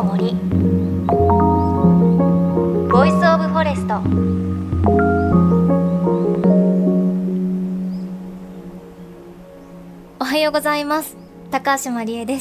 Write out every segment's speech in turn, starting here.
の森ボイスオブフォレスト。おはようございます。高橋まりえです。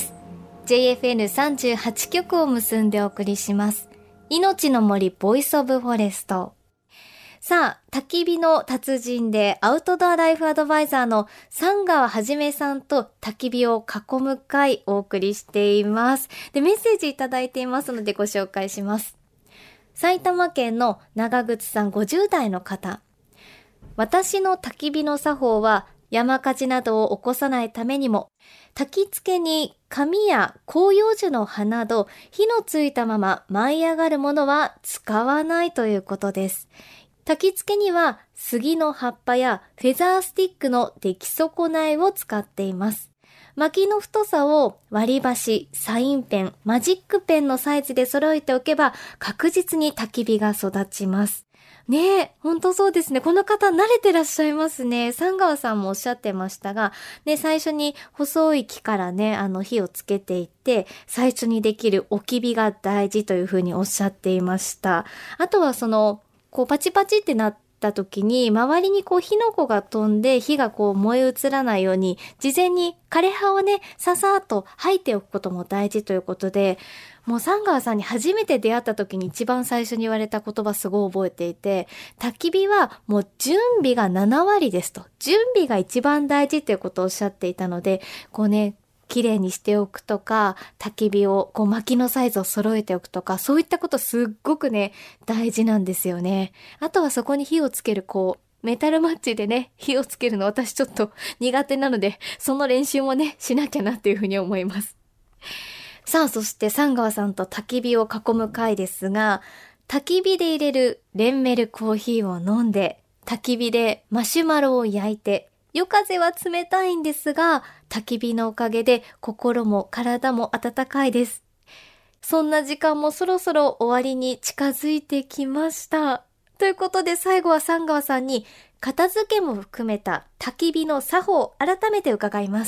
JFN38 局を結んでお送りします命の森ボイスオブフォレスト。さあ、焚き火の達人でアウトドアライフアドバイザーの三川はじめさんと焚き火を囲む会お送りしています。で、メッセージいただいていますのでご紹介します。埼玉県の長口さん50代の方。私の焚き火の作法は山火事などを起こさないためにも、焚き付けに紙や広葉樹の葉など火のついたまま舞い上がるものは使わないということです。焚き付けには杉の葉っぱやフェザースティックの出来損ないを使っています。薪の太さを割り箸、サインペン、マジックペンのサイズで揃えておけば確実に焚き火が育ちます。ねえ、ほんとそうですね。この方慣れてらっしゃいますね。三川さんもおっしゃってましたが、ね、最初に細い木からね、火をつけていって、最初にできる置き火が大事というふうにおっしゃっていました。あとはパチパチってなった時に、周りに火の粉が飛んで火が燃え移らないように、事前に枯葉をね、ささっと吐いておくことも大事ということで、もう三川さんに初めて出会った時に一番最初に言われた言葉すごい覚えていて、焚き火はもう準備が7割ですと。準備が一番大事ということをおっしゃっていたので、綺麗にしておくとか、焚き火を薪のサイズを揃えておくとか、そういったことすっごくね、大事なんですよね。あとはそこに火をつけるメタルマッチでね、火をつけるの私ちょっと苦手なので、その練習もね、しなきゃなっていうふうに思います。さあ、そして三川さんと焚き火を囲む会ですが、焚き火で入れるレンメルコーヒーを飲んで、焚き火でマシュマロを焼いて、夜風は冷たいんですが、焚き火のおかげで心も体も温かいです。そんな時間もそろそろ終わりに近づいてきました。ということで最後は三川さんに片付けも含めた焚き火の作法を改めて伺います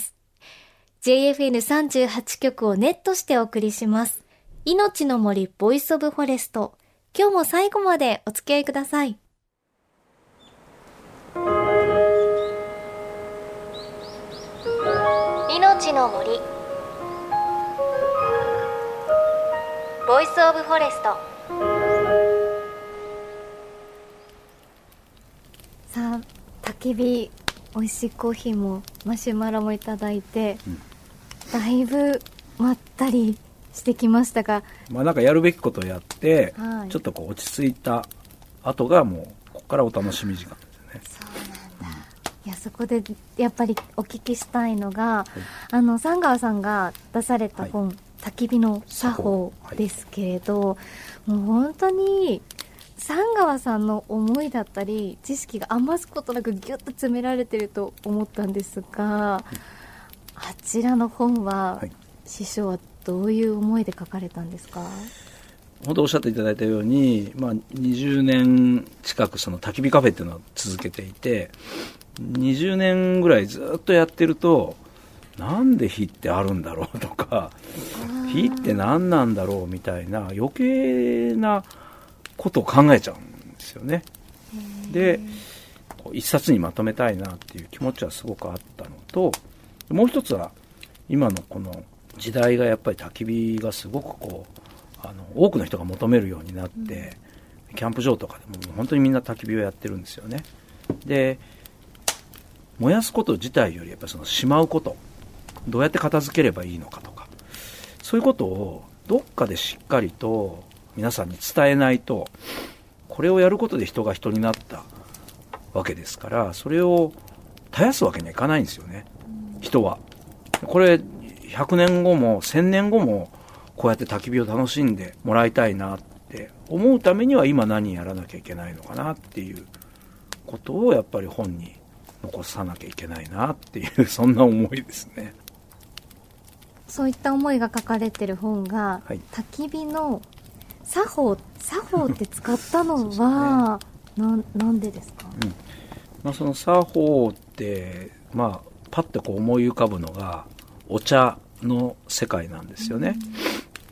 。JFN38 局をネットしてお送りします。命の森ボイスオブフォレスト。今日も最後までお付き合いください。命の森ボイスオブフォレスト。さあ、焚き火、美味しいコーヒーもマシュマロもいただいて、だいぶまったりしてきましたが、 なんかやるべきことをやって、 はい、 ちょっと落ち着いた後がもうここからお楽しみ時間ですよね。 そうなんだ。いや、そこでやっぱりお聞きしたいのが、はい、三川さんが出された本、はい、焚き火の作法ですけれど、もう本当に三川さんの思いだったり知識が余すことなくギュッと詰められていると思ったんですが、はい、あちらの本は、はい、師匠はどういう思いで書かれたんですか？ 本当おっしゃっていただいたように、20年近くその焚き火カフェっていうのを続けていて、20年ぐらいずっとやってると、なんで火ってあるんだろうとか、火って何なんだろうみたいな余計なことを考えちゃうんですよね。で、一冊にまとめたいなっていう気持ちはすごくあったのと、もう一つは今のこの時代がやっぱり焚き火がすごく多くの人が求めるようになって、キャンプ場とかでも本当にみんな焚き火をやってるんですよね。で、燃やすこと自体よりやっぱりしまうこと、どうやって片付ければいいのかとか、そういうことをどっかでしっかりと皆さんに伝えないと、これをやることで人が人になったわけですから、それを絶やすわけにはいかないんですよね、人は。これ100年後も1000年後もこうやって焚き火を楽しんでもらいたいなって思うためには、今何やらなきゃいけないのかなっていうことをやっぱり本に残さなきゃいけないなっていう、そんな思いですね。 そういった思いが書かれてる本が、はい、焚き火の作法って使ったのはなんでですか？ その作法って、パッと思い浮かぶのがお茶の世界なんですよね。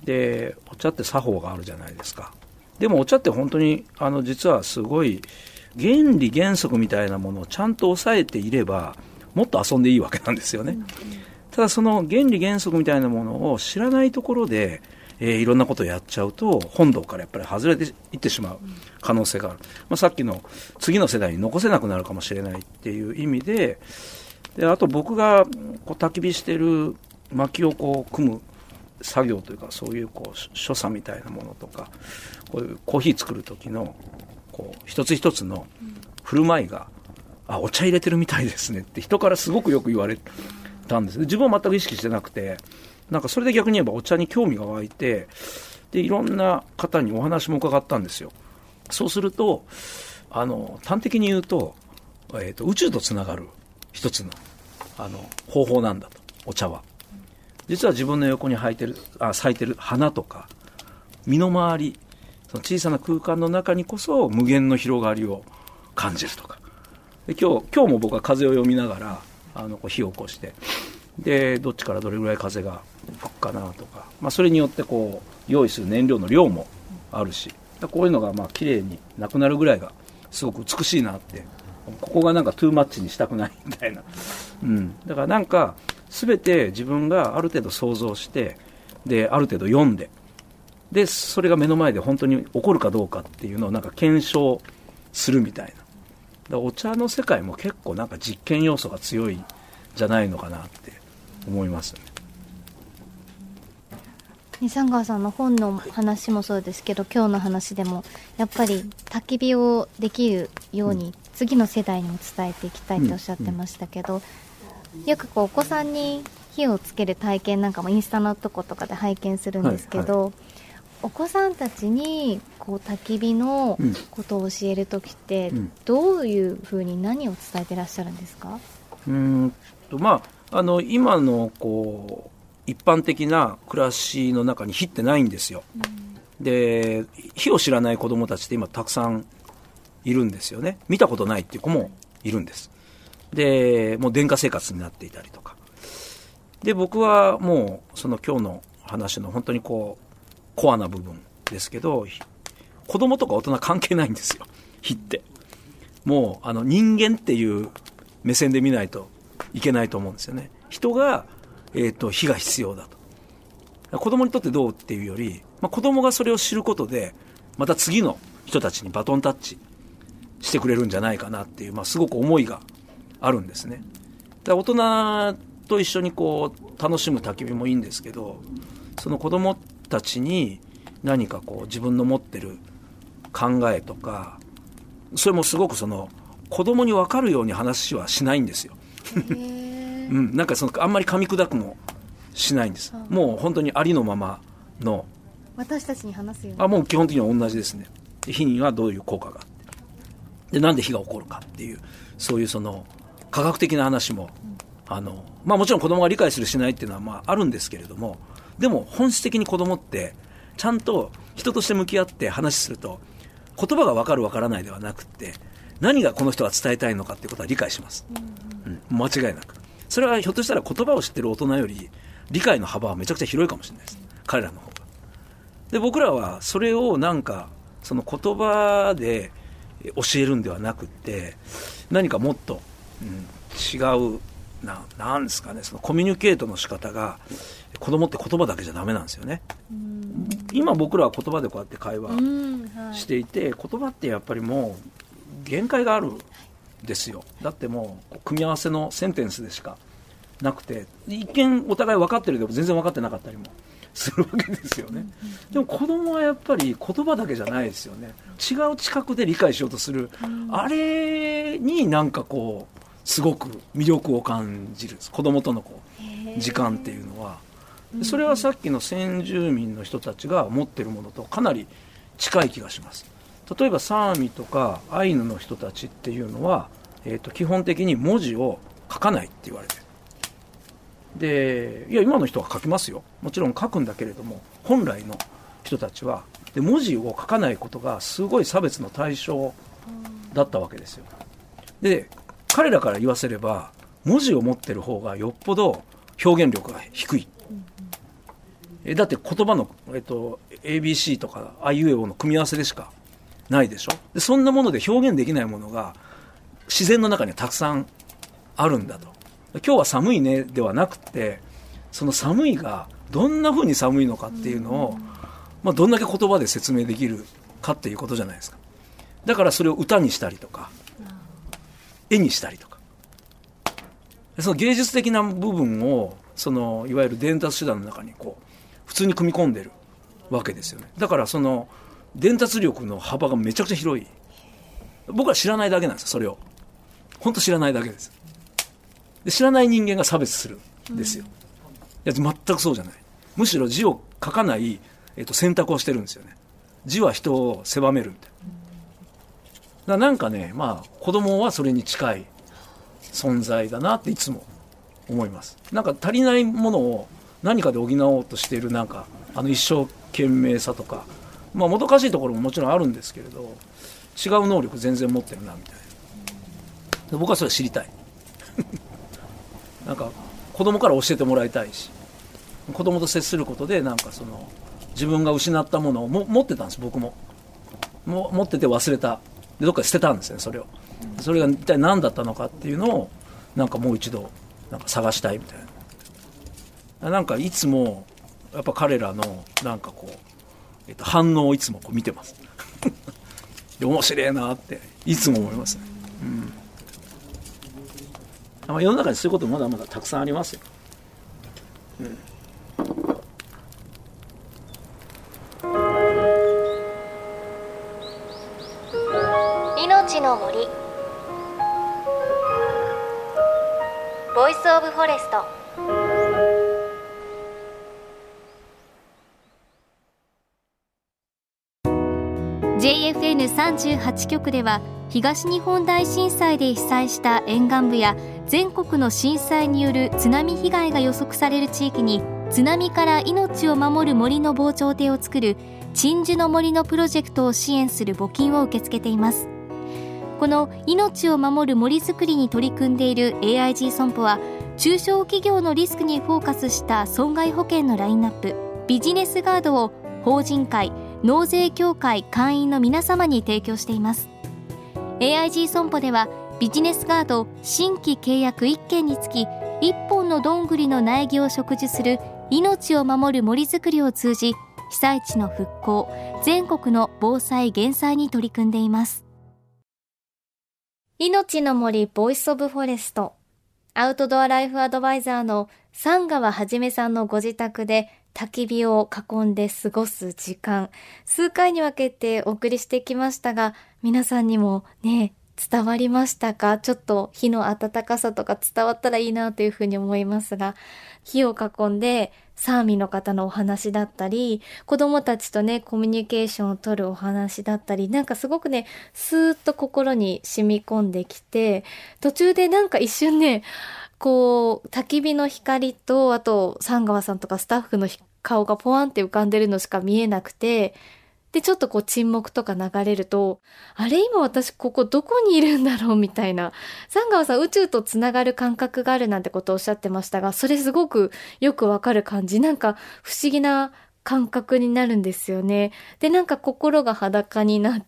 でお茶って作法があるじゃないですか。でもお茶って本当に実はすごい原理原則みたいなものをちゃんと抑えていればもっと遊んでいいわけなんですよね、ただその原理原則みたいなものを知らないところで、いろんなことをやっちゃうと本堂からやっぱり外れていってしまう可能性がある、さっきの次の世代に残せなくなるかもしれないっていう意味で、あと僕が焚き火してる薪を組む作業というか、そういう所作みたいなものとか、こういうコーヒー作る時の一つ一つの振る舞いが、お茶入れてるみたいですねって人からすごくよく言われたんです。自分は全く意識してなくて、なんかそれで逆に言えばお茶に興味が湧いて、でいろんな方にお話も伺ったんですよ。そうすると端的に言うと、宇宙とつながる一つの方法なんだと。お茶は実は自分の横に咲いてる花とか身の回り、その小さな空間の中にこそ無限の広がりを感じるとか。で今日も僕は風を読みながら火を起こして、でどっちからどれぐらい風が吹くかなとか、それによって用意する燃料の量もあるし、こういうのが綺麗になくなるぐらいがすごく美しいなって、ここがなんかトゥーマッチにしたくないみたいな、だからなんか全て自分がある程度想像して、である程度読んで、でそれが目の前で本当に起こるかどうかっていうのをなんか検証するみたいな。だからお茶の世界も結構なんか実験要素が強いんじゃないのかなって思いますね。 西川さんの本の話もそうですけど、今日の話でもやっぱり焚き火をできるように次の世代にも伝えていきたいとおっしゃってましたけど、よくお子さんに火をつける体験なんかもインスタのとことかで拝見するんですけど、お子さんたちに焚き火のことを教えるときって、どういうふうに何を伝えてらっしゃるんですか？ 今の一般的な暮らしの中に火ってないんですよ、で火を知らない子どもたちって今たくさんいるんですよね。見たことないっていう子もいるんです。でもう電化生活になっていたりとかで、僕はもうその今日の話の本当にコアな部分ですけど、子供とか大人関係ないんですよ。火ってもう人間っていう目線で見ないといけないと思うんですよね。人が、火が必要だと。子供にとってどうっていうより、子供がそれを知ることでまた次の人たちにバトンタッチしてくれるんじゃないかなっていう、すごく思いがあるんですね。だから大人と一緒に楽しむ焚き火もいいんですけど、その子供たちに何か自分の持ってる考えとか、それもすごく子供に分かるように話はしないんですよなんかあんまり噛み砕くもしないんです。もう本当にありのままの私たちに話すように、もう基本的には同じですね。で火にはどういう効果があって、でなんで火が起こるかっていう、そういう科学的な話も、もちろん子供が理解するしないっていうのはあるんですけれども、でも本質的に子供ってちゃんと人として向き合って話すると、言葉が分かる分からないではなくって、何がこの人が伝えたいのかっていうことは理解します、間違いなく。それはひょっとしたら言葉を知ってる大人より理解の幅はめちゃくちゃ広いかもしれないです、彼らの方が。で僕らはそれをなんかその言葉で教えるんではなくって、何かもっと、違うなんですかね、そのコミュニケートの仕方が、子供って言葉だけじゃダメなんですよね。今僕らは言葉でこうやって会話していて、言葉ってやっぱりもう限界があるんですよ。だってもう組み合わせのセンテンスでしかなくて、一見お互い分かってるけど全然分かってなかったりもするわけですよね。でも子供はやっぱり言葉だけじゃないですよね。違う知覚で理解しようとする、あれになんかすごく魅力を感じる。子供との時間っていうのは、それはさっきの先住民の人たちが持ってるものとかなり近い気がします。例えばサーミとかアイヌの人たちっていうのは、基本的に文字を書かないって言われてる。でいや今の人は書きますよ、もちろん書くんだけれども、本来の人たちはで文字を書かないことがすごい差別の対象だったわけですよ。で彼らから言わせれば文字を持ってる方がよっぽど表現力が低い。 だって言葉の、ABC とか IUO の組み合わせでしかないでしょ。でそんなもので表現できないものが自然の中にはたくさんあるんだと。今日は寒いねではなくて、その寒いがどんな風に寒いのかっていうのを、どんだけ言葉で説明できるかっていうことじゃないですか。だからそれを歌にしたりとか絵にしたりとか、その芸術的な部分をそのいわゆる伝達手段の中にこう普通に組み込んでるわけですよね。だからその伝達力の幅がめちゃくちゃ広い。僕は知らないだけなんですよ。それを本当知らないだけです。で知らない人間が差別するんですよ。いや全くそうじゃない。むしろ字を書かない、選択をしてるんですよね。字は人を狭めるみたいな。だからなんかね、子供はそれに近い存在だなっていつも思います。なんか足りないものを何かで補おうとしている、なんか一生懸命さとか、もどかしいところももちろんあるんですけれど、違う能力全然持ってるなみたいな。僕はそれ知りたいなんか子供から教えてもらいたいし、子供と接することでなんかその自分が失ったものを持ってたんです。僕も持ってて忘れた。でどっかで捨てたんですね。それが一体何だったのかっていうのをなんかもう一度なんか探したいみたいな。なんかいつもやっぱ彼らのなんかこう、反応をいつもこう見てますで面白いなっていつも思いますね。世の中にそういうことまだまだたくさんありますよ。 命の森ボイスオブフォレスト。JFN38 局では東日本大震災で被災した沿岸部や全国の震災による津波被害が予測される地域に津波から命を守る森の防潮堤を作る鎮守の森のプロジェクトを支援する募金を受け付けています。この命を守る森づくりに取り組んでいる AIG 損保は中小企業のリスクにフォーカスした損害保険のラインナップビジネスガードを法人会納税協会会員の皆様に提供しています。 AIG 損保ではビジネスガード新規契約1件につき1本のどんぐりの苗木を植樹する命を守る森づくりを通じ被災地の復興、全国の防災減災に取り組んでいます。命の森ボイスオブフォレスト、アウトドアライフアドバイザーの三川はじめさんのご自宅で焚き火を囲んで過ごす時間、数回に分けてお送りしてきましたが、皆さんにもね伝わりましたか？ちょっと火の温かさとか伝わったらいいなというふうに思いますが、火を囲んでサーミの方のお話だったり、子供たちとねコミュニケーションを取るお話だったり、なんかすごくねスーッと心に染み込んできて、途中でなんか一瞬ねこう焚き火の光と、あと三川さんとかスタッフの顔がポワンって浮かんでるのしか見えなくて、でちょっとこう沈黙とか流れると、あれ今私ここどこにいるんだろうみたいな、三川さん宇宙とつながる感覚があるなんてことをおっしゃってましたが、それすごくよくわかる感じ、なんか不思議な感覚になるんですよね。でなんか心が裸になって、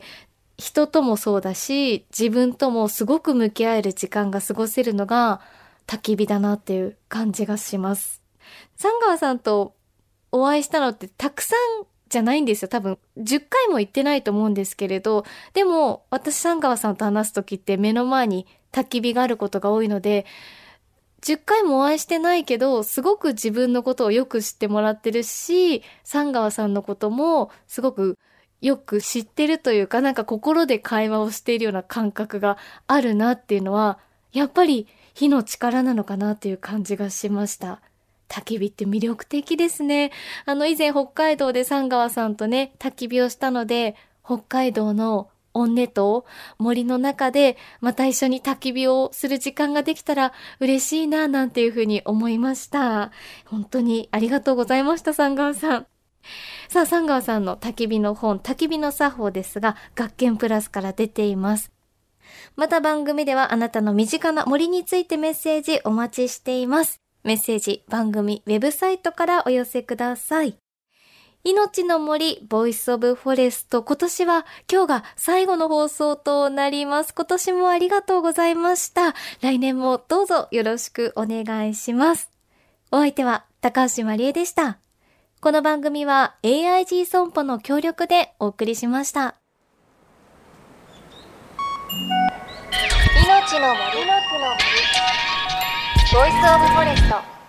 人ともそうだし自分ともすごく向き合える時間が過ごせるのが焚き火だなっていう感じがします。三川さんとお会いしたのってたくさんじゃないんですよ。多分10回も行ってないと思うんですけれど、でも私三川さんと話すときって目の前に焚き火があることが多いので、10回もお会いしてないけどすごく自分のことをよく知ってもらってるし、三川さんのこともすごくよく知ってるというか、なんか心で会話をしているような感覚があるなっていうのは、やっぱり火の力なのかなっていう感じがしました。焚き火って魅力的ですね。以前北海道で三川さんとね焚き火をしたので、北海道のオンネ島森の中でまた一緒に焚き火をする時間ができたら嬉しいななんていうふうに思いました。本当にありがとうございました、三川さん。さあ、三川さんの焚き火の本、焚き火の作法ですが、学研プラスから出ています。また番組ではあなたの身近な森についてメッセージお待ちしています。 メッセージ番組ウェブサイトからお寄せください。命の森ボイスオブフォレスト、今年は今日が最後の放送となります。今年もありがとうございました。来年もどうぞよろしくお願いします。お相手は高橋まりえでした。この番組は AIG 損保の協力でお送りしました。命の森ボイスオブフォレスト。